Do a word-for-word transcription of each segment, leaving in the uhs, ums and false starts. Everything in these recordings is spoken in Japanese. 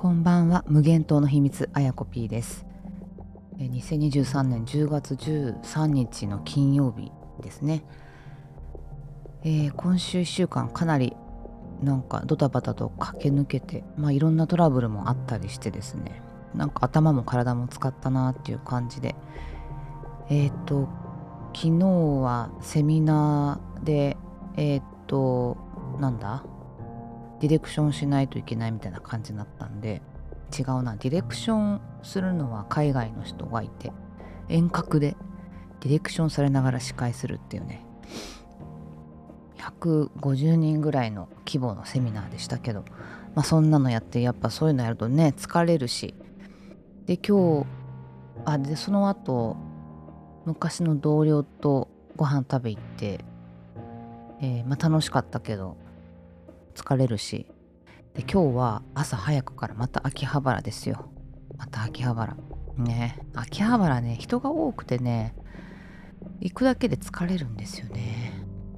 こんばんは。無限島の秘密、あやこ P です。えーにせんにじゅうさんねんじゅうがつじゅうさんにちの金曜日ですね。えー今週いっしゅうかんかなりなんかドタバタと駆け抜けて、まあいろんなトラブルもあったりしてですね、なんか頭も体も使ったなっていう感じで、えっ、と昨日はセミナーでえっ、となんだディレクションしないといけないみたいな感じになったんで、違うな、ディレクションするのは海外の人がいて、遠隔でディレクションされながら司会するっていうね、ひゃくごじゅうにんぐらいの規模のセミナーでしたけど、まあそんなのやって、やっぱそういうのやるとね疲れるし、で今日あでその後昔の同僚とご飯食べ行って、えーまあ楽しかったけど疲れるし、で今日は朝早くからまた秋葉原ですよ。また秋葉原ね。秋葉原ね、人が多くてね、行くだけで疲れるんですよね。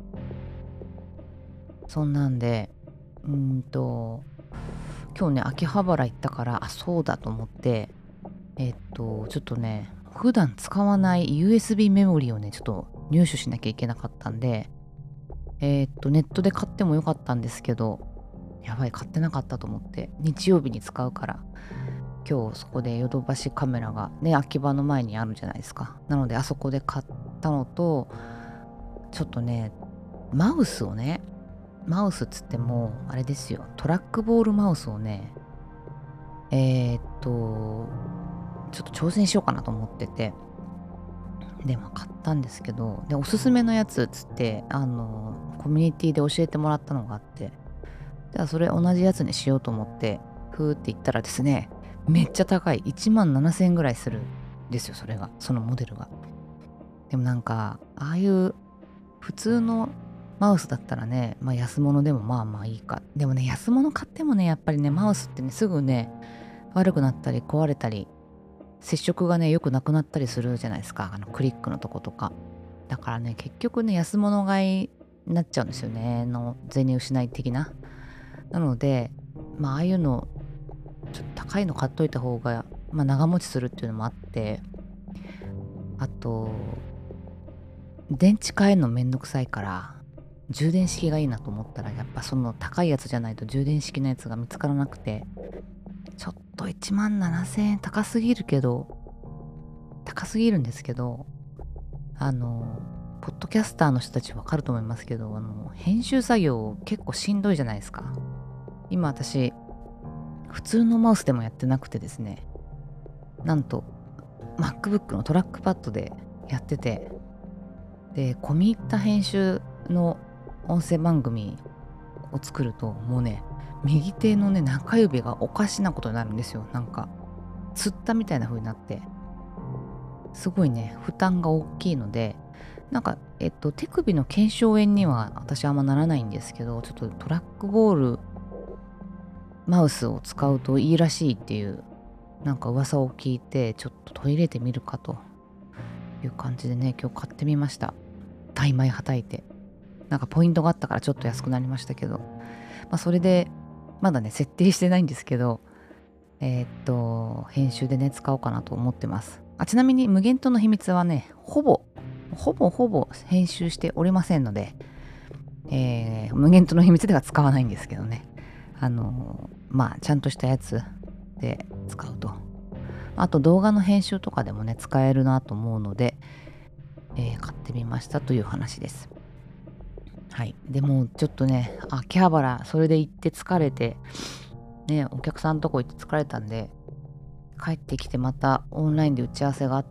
そんなんでうーんと今日ね秋葉原行ったから、あそうだと思って、えっとちょっとね普段使わない ユーエスビー メモリーをねちょっと入手しなきゃいけなかったんで、えっとネットで買ってもよかったんですけど、やばい買ってなかったと思って、日曜日に使うから今日そこでヨドバシカメラがね秋葉の前にあるじゃないですか。なのであそこで買ったのと、ちょっとねマウスをね、マウスっつってもあれですよ、トラックボールマウスをね、えー、っとちょっと挑戦しようかなと思ってて、でまあ買ったんですけど、でおすすめのやつっつってあのコミュニティで教えてもらったのがあって、じゃあそれ同じやつにしようと思ってふーって言ったらですね、めっちゃ高いいちまんななせんえんぐらいするんですよ、それが、そのモデルが。でもなんかああいう普通のマウスだったらね、まあ安物でもまあまあいいか。でもね安物買ってもねやっぱりねマウスってねすぐね悪くなったり壊れたり接触がね良くなくなったりするじゃないですか、あのクリックのとことか。だからね結局ね安物買いになっちゃうんですよね、の銭失い的な。なのでまあああいうのちょっと高いの買っといた方が、まあ、長持ちするっていうのもあって、あと電池変えるのめんどくさいから充電式がいいなと思ったら、やっぱその高いやつじゃないと充電式のやつが見つからなくて、ちょっといちまんななせんえん高すぎるけど高すぎるんですけど、あのポッドキャスターの人たちわかると思いますけど、あの編集作業結構しんどいじゃないですか。今私普通のマウスでもやってなくてですね、なんと MacBook のトラックパッドでやってて、で込み入った編集の音声番組を作るともうね右手のね中指がおかしなことになるんですよ。なんかつったみたいな風になって、すごいね負担が大きいので、なんかえっと手首の腱鞘炎には私あんまならないんですけど、ちょっとトラックボールマウスを使うといいらしいっていうなんか噂を聞いて、ちょっと取り入れてみるかという感じでね今日買ってみました。大枚はたいて、なんかポイントがあったからちょっと安くなりましたけど、まあそれでまだね設定してないんですけど、えーっと編集でね使おうかなと思ってます。あちなみに無限島の秘密はねほぼほぼほぼ編集しておりませんので、えー無限島の秘密では使わないんですけどね、あのーまあちゃんとしたやつで使うと、あと動画の編集とかでもね使えるなと思うので、えー買ってみましたという話です。はい。でもちょっとね秋葉原それで行って疲れてね、お客さんとこ行って疲れたんで、帰ってきてまたオンラインで打ち合わせがあって、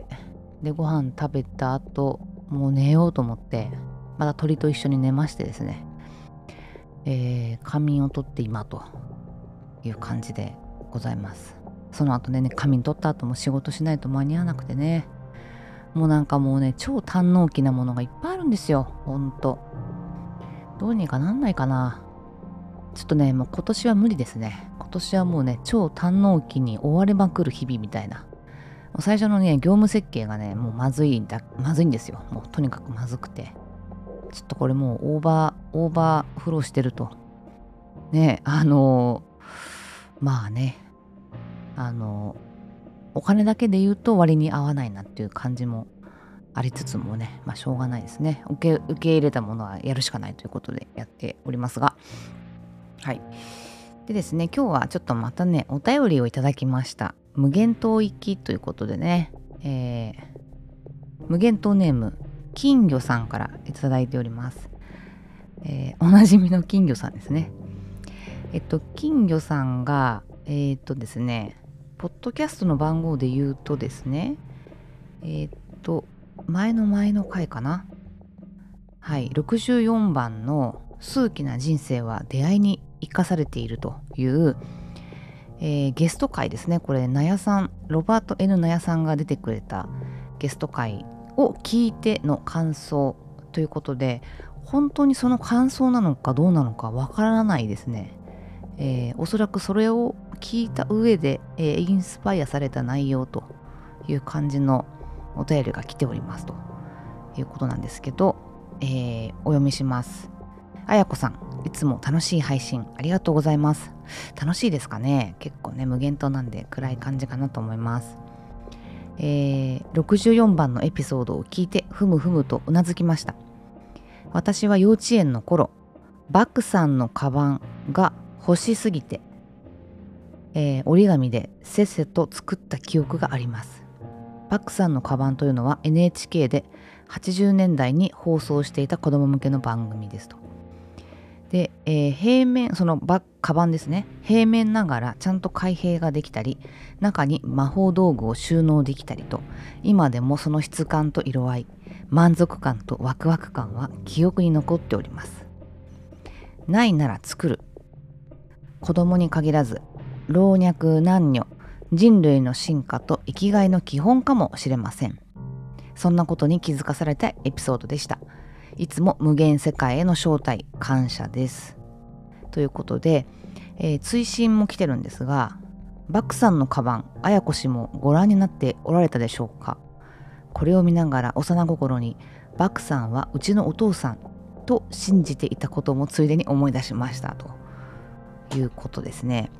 でご飯食べた後もう寝ようと思ってまた鳥と一緒に寝ましてですね、えー仮眠を取って今という感じでございます。その後ね仮眠取った後も仕事しないと間に合わなくてね、もうなんかもうね超堪能期なものがいっぱいあるんですよ、ほんと。どうにかなんないかな。ちょっとねもう今年は無理ですね。今年はもうね超堪能期に追われまくる日々みたいな。もう最初のね業務設計がねもうまずいんだまずいんですよ。もうとにかくまずくて、ちょっとこれもうオーバーオーバーフローしてるとね、あのまあね、あのお金だけで言うと割に合わないなっていう感じもありつつもね、まあしょうがないですね。受け受け入れたものはやるしかないということでやっておりますが、はい。でですね、今日はちょっとまたね、お便りをいただきました。無限島行きということでね、えー、無限島ネーム金魚さんからいただいております。えー、おなじみの金魚さんですね。えっと金魚さんがえー、っとですね、ポッドキャストの番号で言うとですね、えー、っと前の前の回かな、はい、ろくじゅうよんばんの数奇な人生は出会いに生かされているという、えーゲスト回ですね。これナヤさん、ロバート N ナヤさんが出てくれたゲスト回を聞いての感想ということで、本当にその感想なのかどうなのかわからないですね。えーおそらくそれを聞いた上で、えーインスパイアされた内容という感じのお便りが来ておりますということなんですけど、えーお読みします。あやこさん、いつも楽しい配信ありがとうございます。楽しいですかね。結構ね、無限島なんで暗い感じかなと思います。えーろくじゅうよんばんのエピソードを聞いてふむふむとうなずきました。私は幼稚園の頃、バクさんのカバンが欲しすぎて、えー折り紙でせっせと作った記憶があります。バクさんのカバンというのは エヌエイチケー ではちじゅうねんだいに放送していた子供向けの番組ですと。で、えー平面、そのバカバンですね、平面ながらちゃんと開閉ができたり、中に魔法道具を収納できたりと、今でもその質感と色合い、満足感とワクワク感は記憶に残っております。ないなら作る。子供に限らず、老若男女、人類の進化と生きがいの基本かもしれません。そんなことに気づかされたエピソードでした。いつも無限世界への招待感謝です。ということで、えー追伸も来てるんですが、バクさんのカバン、あやこ氏もご覧になっておられたでしょうか。これを見ながら幼心に、バクさんはうちのお父さんと信じていたこともついでに思い出しましたということですね。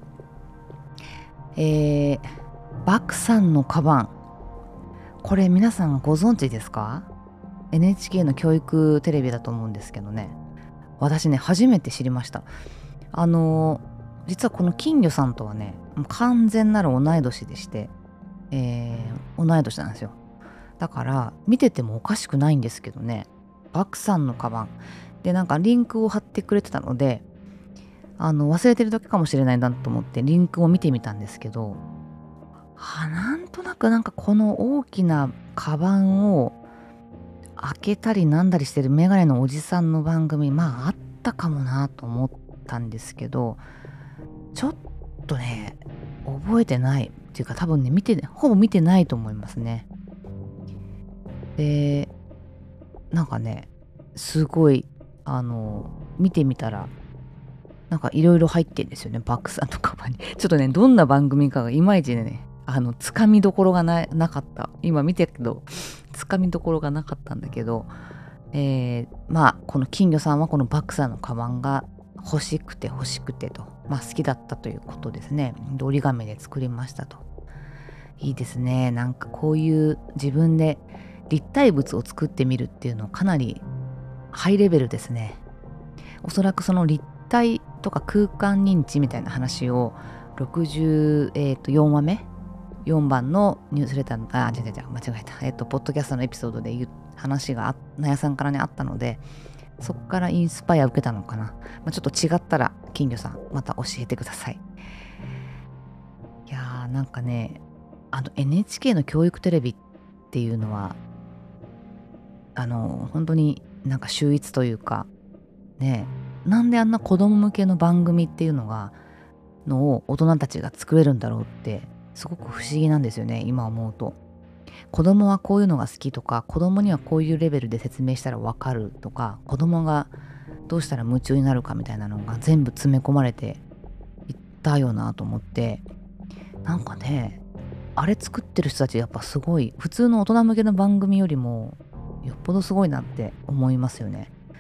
えー、バクさんのカバン、これ皆さんご存知ですか？ エヌエイチケー の教育テレビだと思うんですけどね、私ね初めて知りました。あのー実はこの金魚さんとはね、もう完全なる同い年でして、えー同い年なんですよ。だから見ててもおかしくないんですけどね、バクさんのカバンでなんかリンクを貼ってくれてたので、あの忘れてるだけかもしれないなと思ってリンクを見てみたんですけど、はなんとなくなんかこの大きなカバンを開けたりなんだりしてるメガネのおじさんの番組、まああったかもなと思ったんですけど、ちょっとね覚えてないっていうか、多分ね見てほぼ見てないと思いますね。でなんかねすごいあの見てみたらなんかいろいろ入ってんですよね、バックさんのカバンに。ちょっとねどんな番組かがいまいちね、あのつかみどころがななかった。今見てるけどつかみどころがなかったんだけど、えーまあこの金魚さんはこのバックさんのカバンが欲しくて欲しくてと、まあ好きだったということですね。で折り紙で作りましたと。いいですね。なんかこういう自分で立体物を作ってみるっていうのはかなりハイレベルですね。おそらくその立体とか空間認知みたいな話をろくじゅうよんわめよんばんのニュースレターのあ違う違う違う間違えたえっ、とポッドキャストのエピソードで言う話があなやさんからねあったので、そこからインスパイア受けたのかな、まあ、ちょっと違ったら金魚さんまた教えてください。いやーなんかね、あの エヌエイチケー の教育テレビっていうのはあの本当になんか秀逸というかね、なんであんな子供向けの番組っていうのがのを大人たちが作れるんだろうってすごく不思議なんですよね、今思うと。子供はこういうのが好きとか、子供にはこういうレベルで説明したらわかるとか、子供がどうしたら夢中になるかみたいなのが全部詰め込まれていったよなと思って、なんかねあれ作ってる人たちやっぱすごい、普通の大人向けの番組よりもよっぽどすごいなって思いますよね。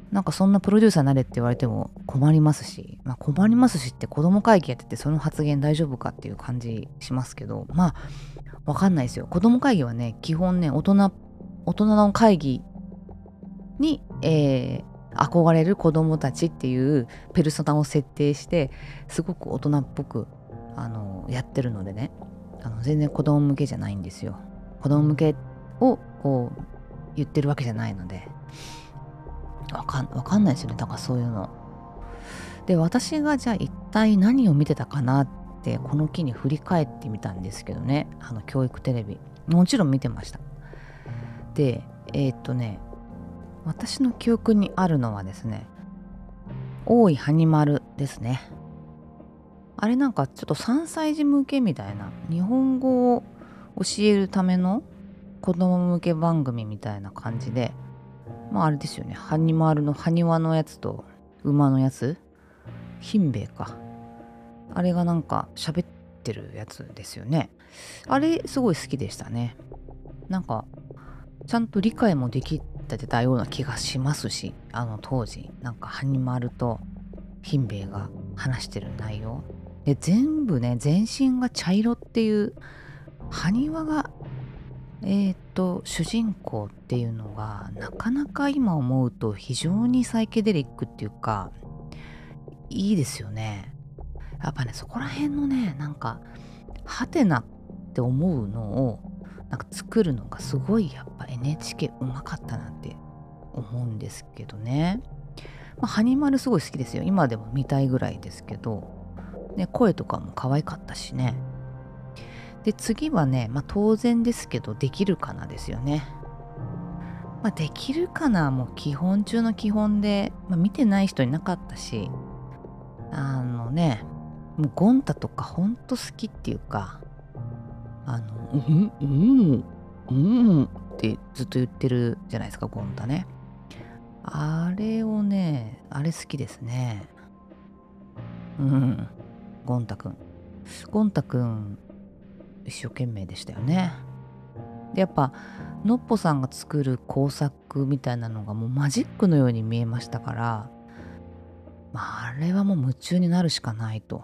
なんかそんなプロデューサーになれって言われても困りますし、まあ、困りますしって子供会議やっててその発言大丈夫かっていう感じしますけど、まあわかんないですよ。子供会議はね、基本ね、大人大人の会議に、えー憧れる子供たちっていうペルソナを設定してすごく大人っぽくあのやってるのでね、あの全然子供向けじゃないんですよ。子供向けをこう言ってるわけじゃないので、わかん、わかんないですよね。だからそういうので、私がじゃあ一体何を見てたかなってこの機に振り返ってみたんですけどね、あの教育テレビもちろん見てました。でえー、っとね私の記憶にあるのはですね、大井はに丸ですね。あれなんかちょっとさんさい児向けみたいな、日本語を教えるための子供向け番組みたいな感じで、まああれですよね、はに丸の埴輪のやつと馬のやつ、金兵衛か、あれがなんか喋ってるやつですよね。あれすごい好きでしたね。なんかちゃんと理解もできてたような気がしますし、あの当時なんかハニマルと金兵衛が話してる内容で、全部ね全身が茶色っていう、埴輪がえー、っと主人公っていうのがなかなか今思うと非常にサイケデリックっていうかいいですよね。やっぱねそこら辺のねなんかハテナって思うのをなんか作るのがすごいやっぱ エヌエイチケー うまかったなって思うんですけどね。まあ、ハニマルすごい好きですよ。今でも見たいぐらいですけど、ね、声とかも可愛かったしね。で次はね、まあ、当然ですけどできるかなですよね。まあ、できるかなもう基本中の基本で、まあ、見てない人いなかったし、あのねもうゴン太とかほんと好きっていうか、あのうんうんうんってずっと言ってるじゃないですかゴン太ね。あれをねあれ好きですね。うんゴン太くんゴン太くん一生懸命でしたよね。でやっぱのっぽさんが作る工作みたいなのがもうマジックのように見えましたから、まあ、あれはもう夢中になるしかないと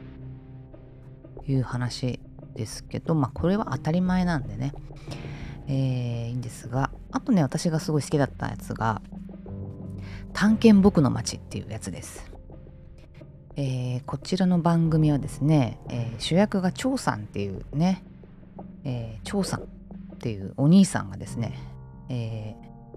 いう話ですけど、まあこれは当たり前なんでね、えー、いいんですが、あとね私がすごい好きだったやつが探検僕の街っていうやつです。えー、こちらの番組はですね、えー、主役が張さんっていうね、えー、張さんっていうお兄さんがですね、え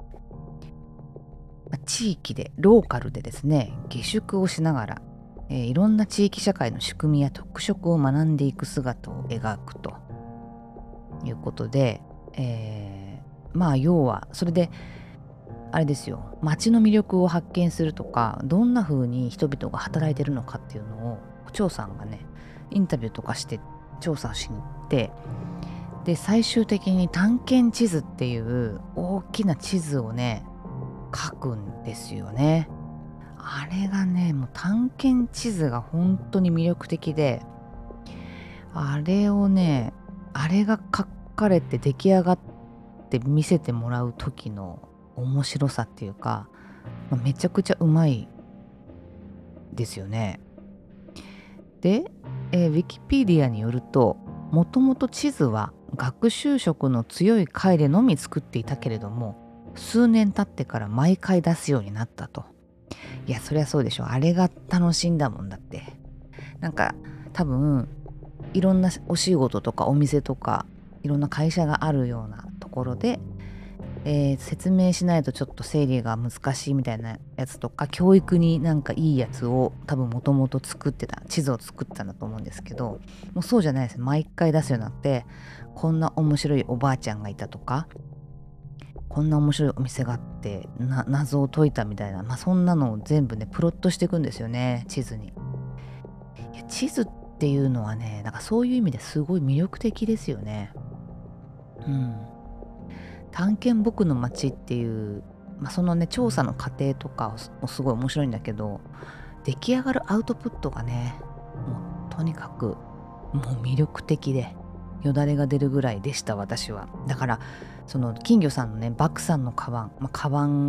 ー、地域でローカルでですね下宿をしながら、えー、いろんな地域社会の仕組みや特色を学んでいく姿を描くということで、えー、まあ要はそれであれですよ、街の魅力を発見するとか、どんな風に人々が働いてるのかっていうのを張さんがねインタビューとかして調査しに行って、で最終的に探検地図っていう大きな地図をね書くんですよね。あれがねもう探検地図が本当に魅力的で、あれをねあれが書かれて出来上がって見せてもらう時の面白さっていうか、まあ、めちゃくちゃうまいですよね。で、えー、ウィキペディアによると、もともと地図は学習色の強い回でのみ作っていたけれども、数年経ってから毎回出すようになったと。いやそりゃそうでしょ、あれが楽しいんだもんだって。なんか多分いろんなお仕事とかお店とかいろんな会社があるようなところで、えー、説明しないとちょっと整理が難しいみたいなやつとか、教育になんかいいやつを多分もともと作ってた地図を作ったんだと思うんですけど、もうそうじゃないです。毎回出すようになって、こんな面白いおばあちゃんがいたとか、こんな面白いお店があってな謎を解いたみたいな、まあ、そんなのを全部ねプロットしていくんですよね、地図に。いや地図っていうのはねなんかそういう意味ですごい魅力的ですよね。うん探検僕の街っていう、まあ、そのね調査の過程とかもすごい面白いんだけど、出来上がるアウトプットがねもうとにかくもう魅力的でよだれが出るぐらいでした私は。だからその金魚さんのねバクさんのカバン、まあ、カバン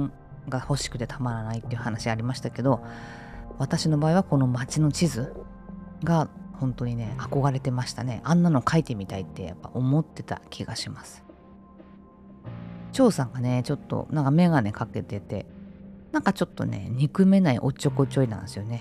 が欲しくてたまらないっていう話ありましたけど、私の場合はこの街の地図が本当にね憧れてましたね。あんなの書いてみたいってやっぱ思ってた気がします。張さんがねちょっとなんか眼鏡かけてて、なんかちょっとね憎めないおっちょこちょいなんですよね。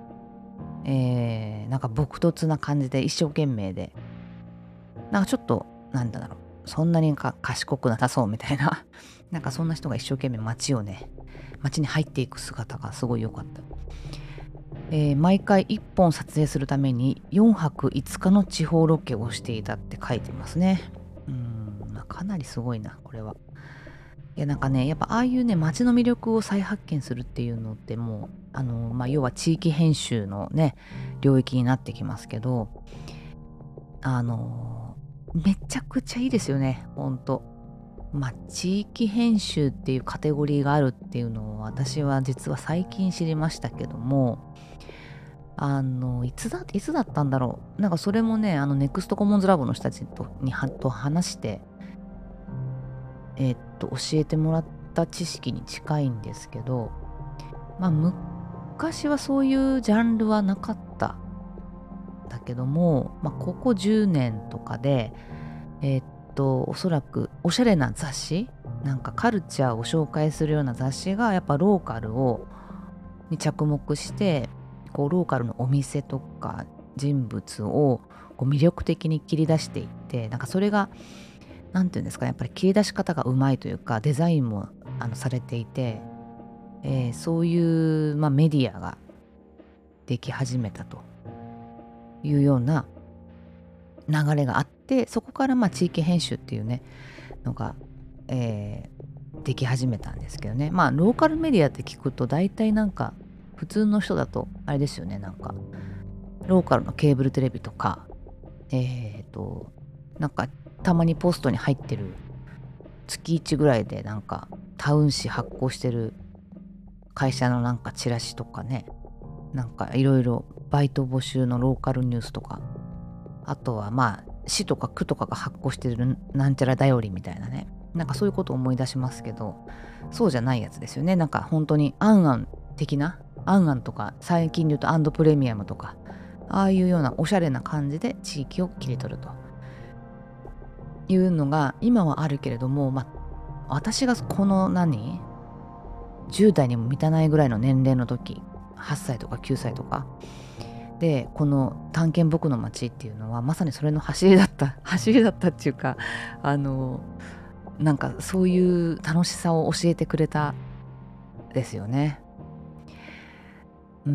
えー、なんか朴突な感じで一生懸命で、なんかちょっとなんだろう、そんなにか賢くなさそうみたいななんかそんな人が一生懸命街をね街に入っていく姿がすごい良かった。えー毎回いっぽん撮影するためによんはくいつかの地方ロケをしていたって書いてますね。うーん、まあ、かなりすごいなこれは。いやなんかねやっぱああいうね街の魅力を再発見するっていうのってもうあの、まあ、要は地域編集のね領域になってきますけど、あのめちゃくちゃいいですよねほんと。まあ地域編集っていうカテゴリーがあるっていうのを私は実は最近知りましたけども、あのいつだいつだったんだろう、なんかそれもねあのネクストコモンズラボの人たちとにはと話してえーっと教えてもらった知識に近いんですけど、まあ昔はそういうジャンルはなかったんだけども、まあ、ここじゅうねんとかでえーっとおそらくおしゃれな雑誌、なんかカルチャーを紹介するような雑誌がやっぱローカルをに着目して、こうローカルのお店とか人物をこう魅力的に切り出していって、なんかそれがなんていうんですかね、やっぱり切り出し方がうまいというかデザインもあのされていて、えーそういう、まあ、メディアができ始めたというような流れがあって、そこからまあ地域編集っていうねのが、えーでき始めたんですけどね。まあローカルメディアって聞くと大体なんか普通の人だとあれですよね、なんかローカルのケーブルテレビとかえーとなんかたまにポストに入ってる月いちぐらいでなんかタウン誌発行してる会社のなんかチラシとかね、なんかいろいろバイト募集のローカルニュースとか、あとはまあ市とか区とかが発行してるなんちゃらだよりみたいなね、なんかそういうことを思い出しますけど、そうじゃないやつですよね。なんか本当にアンアン的な、アンアンとか最近で言うとアンドプレミアムとか、ああいうようなおしゃれな感じで地域を切り取るというのが今はあるけれども、まあ私がこの何じゅう代にも満たないぐらいの年齢の時、はっさいとかきゅうさいとかで、この探検僕の街っていうのはまさにそれの走りだった走りだったっていうか、あのなんかそういう楽しさを教えてくれたですよね。うん。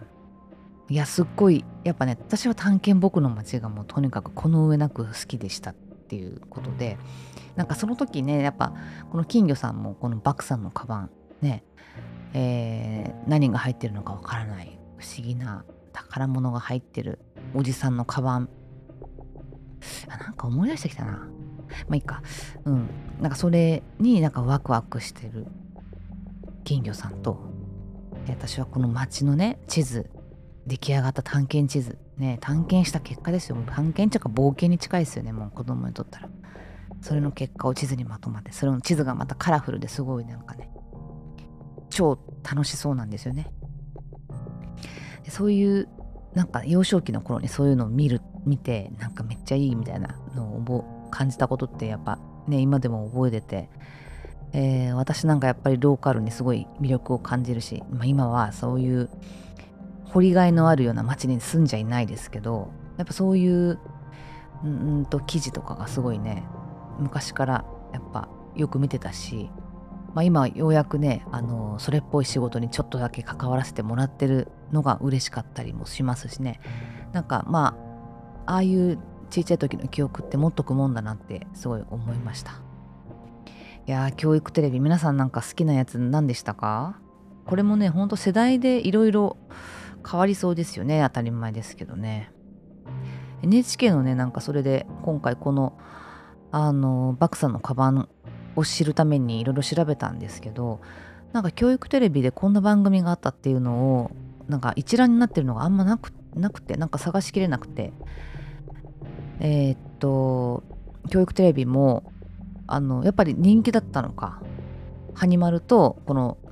いやすっごいやっぱね、私は探検僕の街がもうとにかくこの上なく好きでしたっていうことで、なんかその時ねやっぱこの金魚さんもこのバクさんのカバンね、えー何が入ってるのかわからない不思議な宝物が入ってるおじさんのカバン、あなんか思い出してきたな、まあいいか。うん、なんかそれになんかワクワクしてる金魚さんと、で私はこの街のね地図、出来上がった探検地図ね、探検した結果ですよ。もう探検っていうか冒険に近いですよね、もう子供にとったら。それの結果を地図にまとまって、それの地図がまたカラフルですごいなんかね超楽しそうなんですよね。でそういうなんか幼少期の頃にそういうのを見る見てなんかめっちゃいいみたいなのを覚感じたことってやっぱね今でも覚えてて、えー私なんかやっぱりローカルにすごい魅力を感じるし、まあ、今はそういう掘りがいのあるような街に住んじゃいないですけど、やっぱそういううんうんと記事とかがすごいね昔からやっぱよく見てたし、まあ、今ようやくねあのそれっぽい仕事にちょっとだけ関わらせてもらってるのが嬉しかったりもしますしね。なんかまあああいう小さい時の記憶って持っとくもんだなってすごい思いました。いやー教育テレビ皆さんなんか好きなやつ何でしたか？これもねほんと世代でいろいろ変わりそうですよね、当たり前ですけどね。 エヌエイチケー のねなんかそれで今回このあのバクさんのカバンを知るためにいろいろ調べたんですけど、なんか教育テレビでこんな番組があったっていうのをなんか一覧になってるのがあんまなくなくて、なんか探しきれなくて、えーっと教育テレビもあのやっぱり人気だったのか、ハニマルとこの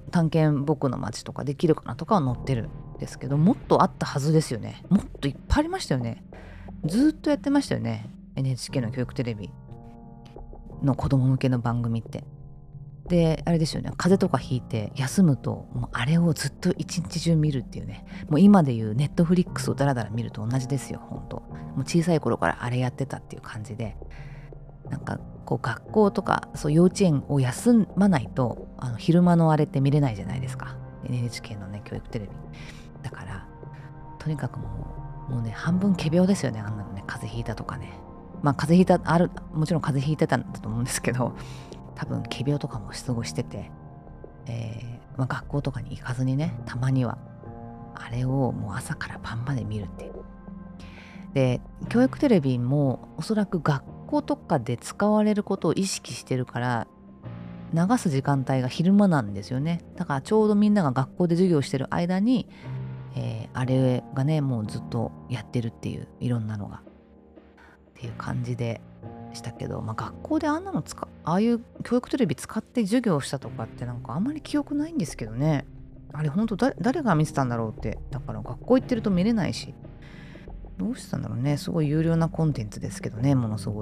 探検僕の街とかできるかなとかは載ってるんですけど、もっとあったはずですよね。もっといっぱいありましたよね。ずっとやってましたよね、 エヌエイチケー の教育テレビの子供向けの番組って。であれですよね、風邪とかひいて休むともうあれをずっと一日中見るっていうね、もう今でいうネットフリックスをダラダラ見ると同じですよ。本当もう小さい頃からあれやってたっていう感じで、なんかこう学校とかそう幼稚園を休まないとあの昼間のあれって見れないじゃないですか、 エヌエイチケー のね教育テレビだから。とにかくもうもうね半分仮病ですよね、あんなのね。風邪ひいたとかね、まあ風邪ひいたあるもちろん風邪ひいてたんだと思うんですけど、多分仮病とかも過ごしてて、えーまあ、学校とかに行かずにね、たまにはあれをもう朝から晩まで見るっていう。で教育テレビもおそらく学校とかで使われることを意識してるから流す時間帯が昼間なんですよね。だからちょうどみんなが学校で授業してる間に、えーあれがねもうずっとやってるっていう、いろんなのがっていう感じでしたけど、まあ、学校であんなの使ああいう教育テレビ使って授業したとかってなんかあんまり記憶ないんですけどね。あれ本当だ誰が見てたんだろうって。だから学校行ってると見れないし、どうしてたんだろうね。すごい有料なコンテンツですけどね、ものすごい。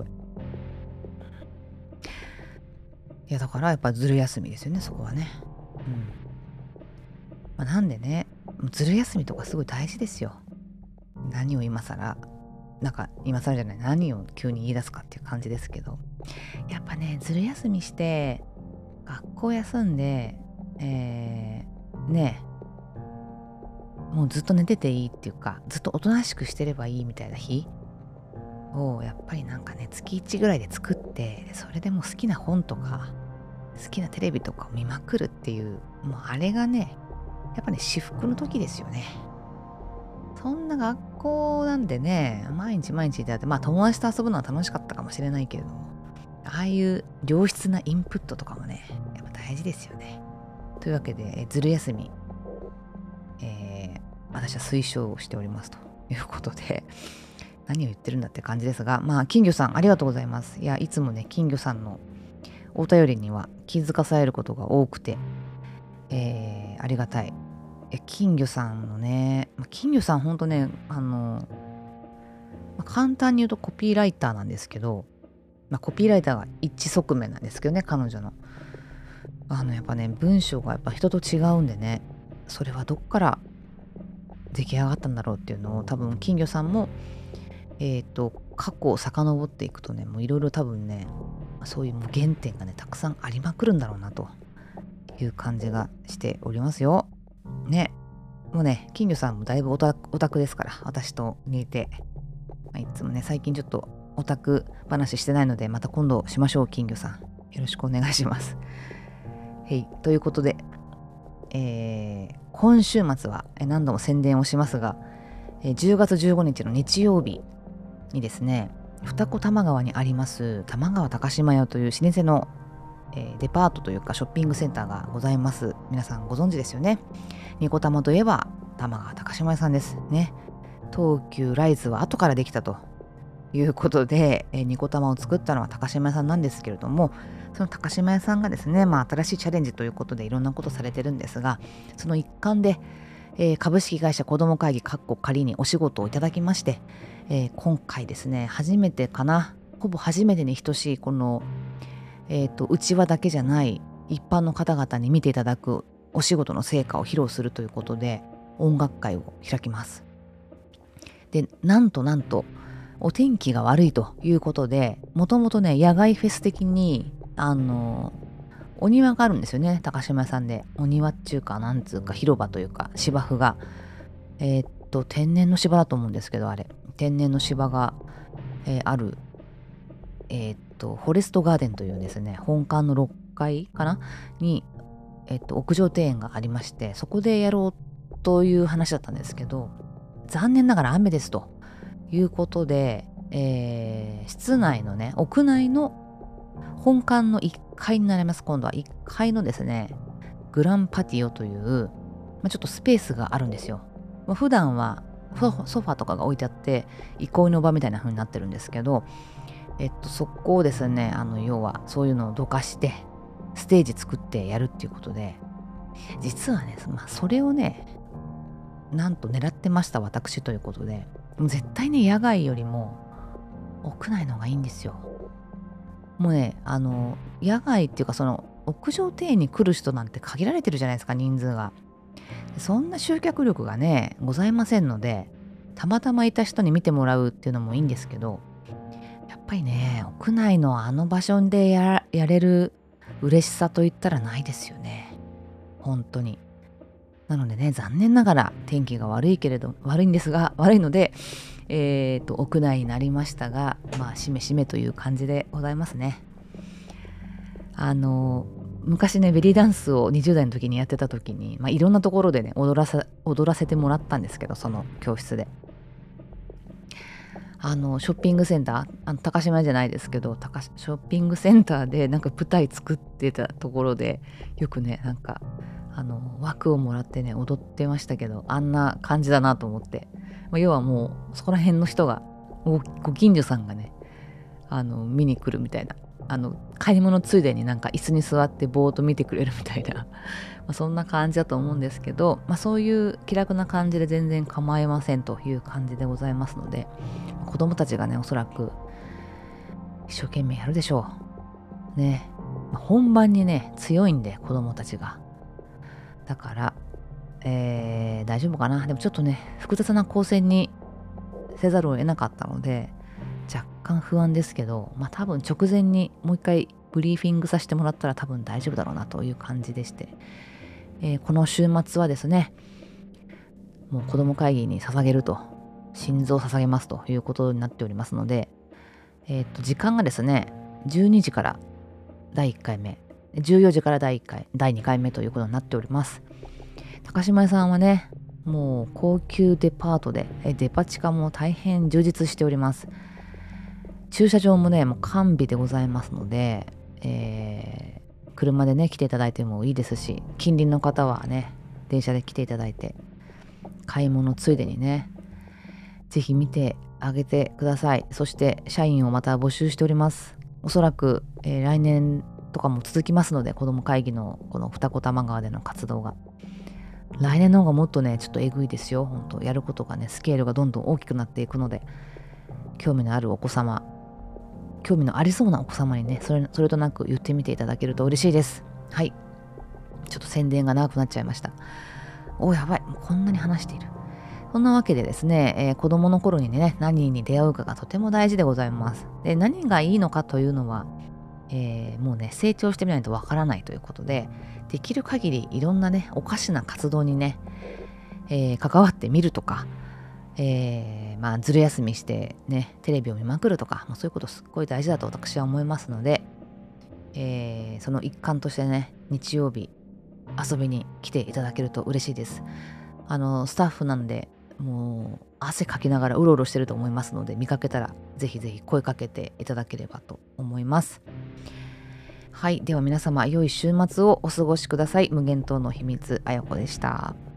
いやだからやっぱずる休みですよね、そこはね。うん。まあ、なんでね、ずる休みとかすごい大事ですよ。何を今更なんか今更じゃない、何を急に言い出すかっていう感じですけど、やっぱねずる休みして学校休んで、えー、ねもうずっと寝てていいっていうか、ずっとおとなしくしてればいいみたいな日をやっぱりなんかね月いちぐらいで作って、それでもう好きな本とか好きなテレビとかを見まくるっていう、もうあれがねやっぱね至福の時ですよね。そんな学校なんでね、毎日毎日であって、まあ友達と遊ぶのは楽しかったかもしれないけれども、ああいう良質なインプットとかもね、やっぱ大事ですよね。というわけで、えずる休み、えー私は推奨をしておりますということで、何を言ってるんだって感じですが、まあ金魚さんありがとうございます。いや、いつもね、金魚さんのお便りには気づかされることが多くて、えーありがたい。え金魚さんのね、まあ金魚さんほんとね、あの、まあ簡単に言うとコピーライターなんですけど、まあ、コピーライターが一致側面なんですけどね、彼女の。あのやっぱね、文章がやっぱ人と違うんでね、それはどっから出来上がったんだろうっていうのを多分金魚さんも、えっ、と、過去を遡っていくとね、もういろいろ多分ね、そういうもう原点がね、たくさんありまくるんだろうなという感じがしておりますよ。ね。もうね、金魚さんもだいぶオタオタクですから、私と似て。まあいつもね、最近ちょっとオタク話してないので、また今度しましょう、金魚さん。よろしくお願いします。はい、ということで、えー今週末はえ何度も宣伝をしますが、えーじゅうがつじゅうごにちの日曜日にですね、二子玉川にあります玉川高島屋という老舗の、えーデパートというかショッピングセンターがございます。皆さんご存知ですよね。ニコタマといえば玉川高島屋さんですね。東急ライズは後からできたということで、えーニコタマを作ったのは高島屋さんなんですけれども、その高島屋さんがですね、まあ新しいチャレンジということでいろんなことされてるんですが、その一環で、えー株式会社子ども会議かっこ仮にお仕事をいただきまして、えー今回ですね、初めてかな、ほぼ初めてに等しいこの、えーと、内輪だけじゃない一般の方々に見ていただくお仕事の成果を披露するということで音楽会を開きます。で、なんとなんとお天気が悪いということで、もともとね野外フェス的にあのお庭があるんですよね、高島屋さんで。お庭っちゅうかなんつうか広場というか芝生が、えーっと天然の芝だと思うんですけど、あれ天然の芝が、えーある、えーっとフォレストガーデンというですね、本館のろっかいかなに、えーっと屋上庭園がありまして、そこでやろうという話だったんですけど、残念ながら雨ですということで、えー室内のね屋内の本館のいっかいになります。今度はいっかいのですねグランパティオという、まあ、ちょっとスペースがあるんですよ。まあ、普段はソファーとかが置いてあって憩いの場みたいな風になってるんですけど、えっとそこをですね、あの要はそういうのをどかしてステージ作ってやるっていうことで、 実はね、まあ、それをねなんと狙ってました私ということで、絶対ね野外よりも屋内の方がいいんですよ。もうねあの野外っていうかその屋上庭園に来る人なんて限られてるじゃないですか、人数が。そんな集客力がねございませんので、たまたまいた人に見てもらうっていうのもいいんですけど、やっぱりね屋内のあの場所でややれる嬉しさといったらないですよね、本当に。なのでね、残念ながら天気が悪いけれど悪いんですが悪いので、えー、と屋内になりましたが、まあしめしめという感じでございますね。あの昔ねベリーダンスをにじゅう代の時にやってた時に、まあ、いろんなところでね踊らさ踊らせてもらったんですけど、その教室であのショッピングセンター、あの高島屋じゃないですけど高ショッピングセンターでなんか舞台作ってたところでよくねなんかあの枠をもらってね踊ってましたけど、あんな感じだなと思って、まあ、要はもうそこら辺の人がごご近所さんがねあの見に来るみたいな、あの買い物ついでになんか椅子に座ってぼーっと見てくれるみたいなまあそんな感じだと思うんですけど、まあ、そういう気楽な感じで全然構いませんという感じでございますので、子供たちがねおそらく一生懸命やるでしょうね。まあ本番にね強いんで子供たちが、だから、えー大丈夫かな。でもちょっとね複雑な構成にせざるを得なかったので若干不安ですけど、まあ多分直前にもう一回ブリーフィングさせてもらったら多分大丈夫だろうなという感じでして、えーこの週末はですねもう子供会議に捧げると、心臓を捧げますということになっておりますので、えっと時間がですねじゅうにじからだいいっかいめ、じゅうよじからだいいっかいだいにかいめということになっております。高島屋さんはねもう高級デパートで、えデパ地下も大変充実しております。駐車場もねもう完備でございますので、えー車でね来ていただいてもいいですし、近隣の方はね電車で来ていただいて買い物ついでにねぜひ見てあげてください。そして社員をまた募集しております。おそらく、えー来年とかも続きますので、子ども会議のこの二子玉川での活動が来年の方がもっとねちょっとえぐいですよ。本当やることがねスケールがどんどん大きくなっていくので、興味のあるお子様、興味のありそうなお子様にねそれそれとなく言ってみていただけると嬉しいです。はい、ちょっと宣伝が長くなっちゃいました。おーやばい、もうこんなに話している。そんなわけでですね、えー子供の頃にね何に出会うかがとても大事でございます。で何がいいのかというのは、えーもうね成長してみないとわからないということで、できる限りいろんなねおかしな活動にね、えー関わってみるとか、えーまあずる休みしてねテレビを見まくるとか、まあ、そういうことすっごい大事だと私は思いますので、えーその一環としてね日曜日遊びに来ていただけると嬉しいです。あのスタッフなんでもう汗かきながらうろうろしてると思いますので、見かけたらぜひぜひ声かけていただければと思います。はい、では皆様良い週末をお過ごしください。無限島の秘密あやこでした。